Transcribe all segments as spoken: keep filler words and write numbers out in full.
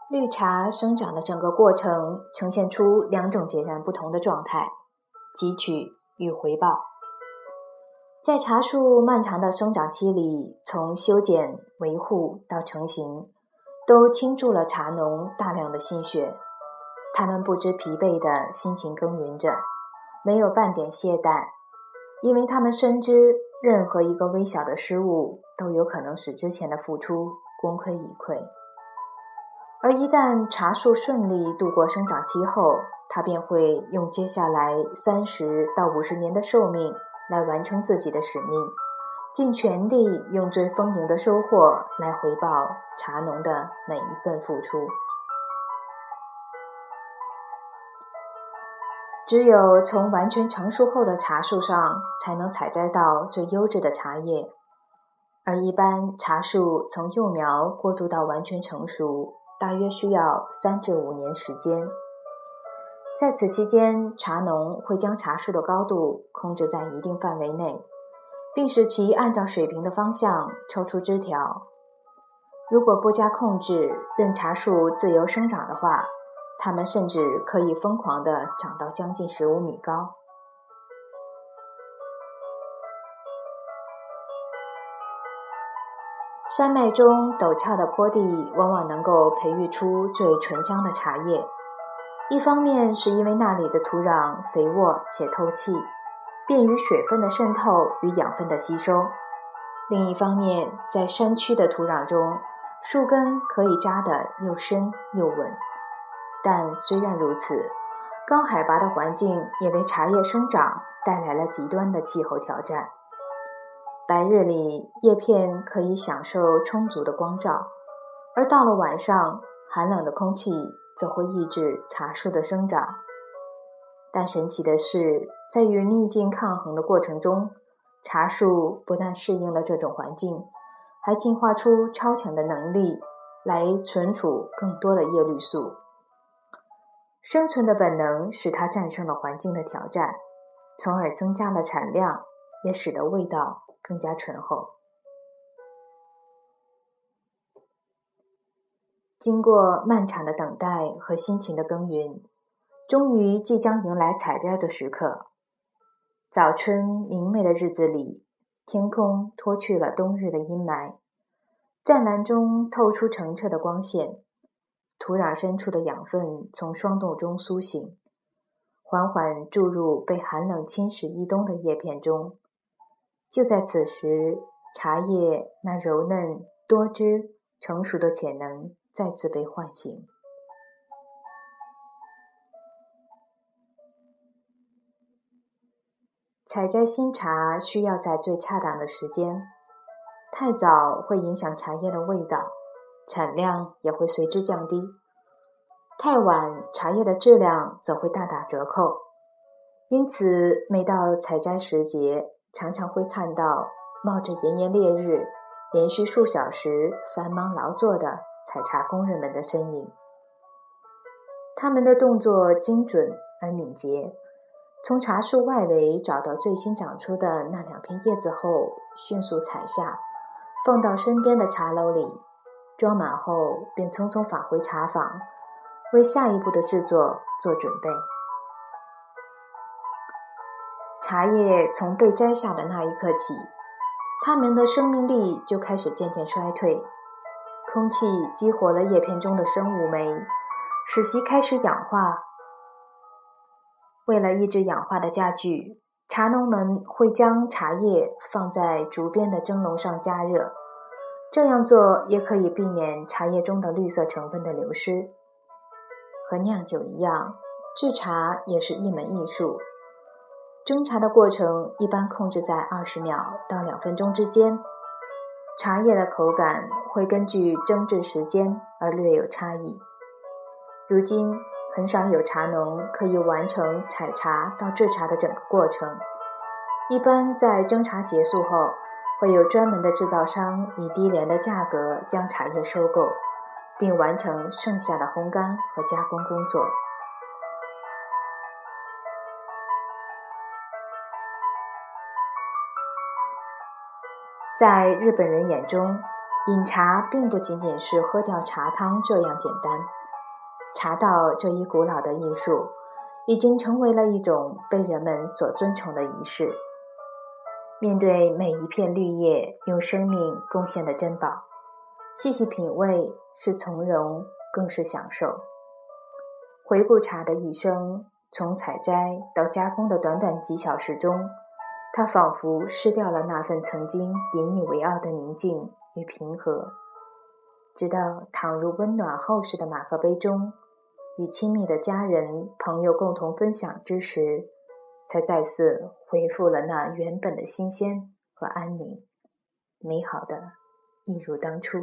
绿茶生长的整个过程呈现出两种截然不同的状态：汲取与回报。在茶树漫长的生长期里，从修剪、维护到成型，都倾注了茶农大量的心血。他们不知疲惫地辛勤耕耘着，没有半点懈怠，因为他们深知任何一个微小的失误都有可能使之前的付出功亏一篑。而一旦茶树顺利度过生长期后，它便会用接下来三十到五十年的寿命来完成自己的使命，尽全力用最丰盈的收获来回报茶农的每一份付出。只有从完全成熟后的茶树上才能采摘到最优质的茶叶，而一般茶树从幼苗过渡到完全成熟，大约需要三至五年时间。在此期间，茶农会将茶树的高度控制在一定范围内，并使其按照水平的方向抽出枝条。如果不加控制，任茶树自由生长的话，它们甚至可以疯狂地长到将近十五米高。山脉中陡峭的坡地往往能够培育出最醇香的茶叶，一方面是因为那里的土壤肥沃且透气，便于水分的渗透与养分的吸收；另一方面，在山区的土壤中，树根可以扎得又深又稳。但虽然如此，高海拔的环境也为茶叶生长带来了极端的气候挑战。白日里，叶片可以享受充足的光照，而到了晚上，寒冷的空气则会抑制茶树的生长。但神奇的是，在与逆境抗衡的过程中，茶树不但适应了这种环境，还进化出超强的能力来存储更多的叶绿素。生存的本能使它战胜了环境的挑战，从而增加了产量，也使得味道更加醇厚。经过漫长的等待和辛勤的耕耘，终于即将迎来采摘的时刻。早春明媚的日子里，天空脱去了冬日的阴霾，湛蓝中透出澄澈的光线，土壤深处的养分从霜冻中苏醒，缓缓注入被寒冷侵蚀一冬的叶片中。就在此时，茶叶那柔嫩多汁成熟的潜能再次被唤醒。采摘新茶需要在最恰当的时间，太早会影响茶叶的味道，产量也会随之降低；太晚，茶叶的质量则会大打折扣。因此，每到采摘时节，常常会看到冒着炎炎烈日，连续数小时繁忙劳作的采茶工人们的身影。他们的动作精准而敏捷，从茶树外围找到最新长出的那两片叶子后，迅速采下，放到身边的茶篓里，装满后便匆匆返回茶坊，为下一步的制作做准备。茶叶从被摘下的那一刻起，它们的生命力就开始渐渐衰退。空气激活了叶片中的生物酶，使其开始氧化。为了抑制氧化的加剧，茶农们会将茶叶放在竹编的蒸笼上加热，这样做也可以避免茶叶中的绿色成分的流失。和酿酒一样，制茶也是一门艺术。蒸茶的过程一般控制在二十秒到两分钟之间，茶叶的口感会根据蒸制时间而略有差异。如今，很少有茶农可以完成采茶到制茶的整个过程。一般在蒸茶结束后，会有专门的制造商以低廉的价格将茶叶收购，并完成剩下的烘干和加工工作。在日本人眼中， 饮茶并不仅仅是喝掉茶汤这样简单，茶道这一古老的艺术已经成为了一种被人们所尊崇的仪式。面对每一片绿叶用生命贡献的珍宝，细细品味是从容更是享受。回顾茶的一生，从采摘到加工的短短几小时中，它仿佛失掉了那份曾经引以为傲的宁静与平和，直到躺入温暖厚实的马克杯中，与亲密的家人朋友共同分享之时，才再次恢复了那原本的新鲜和安宁，美好的一如当初。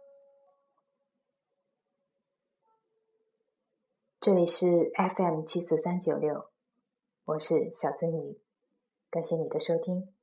这里是 F M 七四三九六，我是小鳟鱼，感谢你的收听。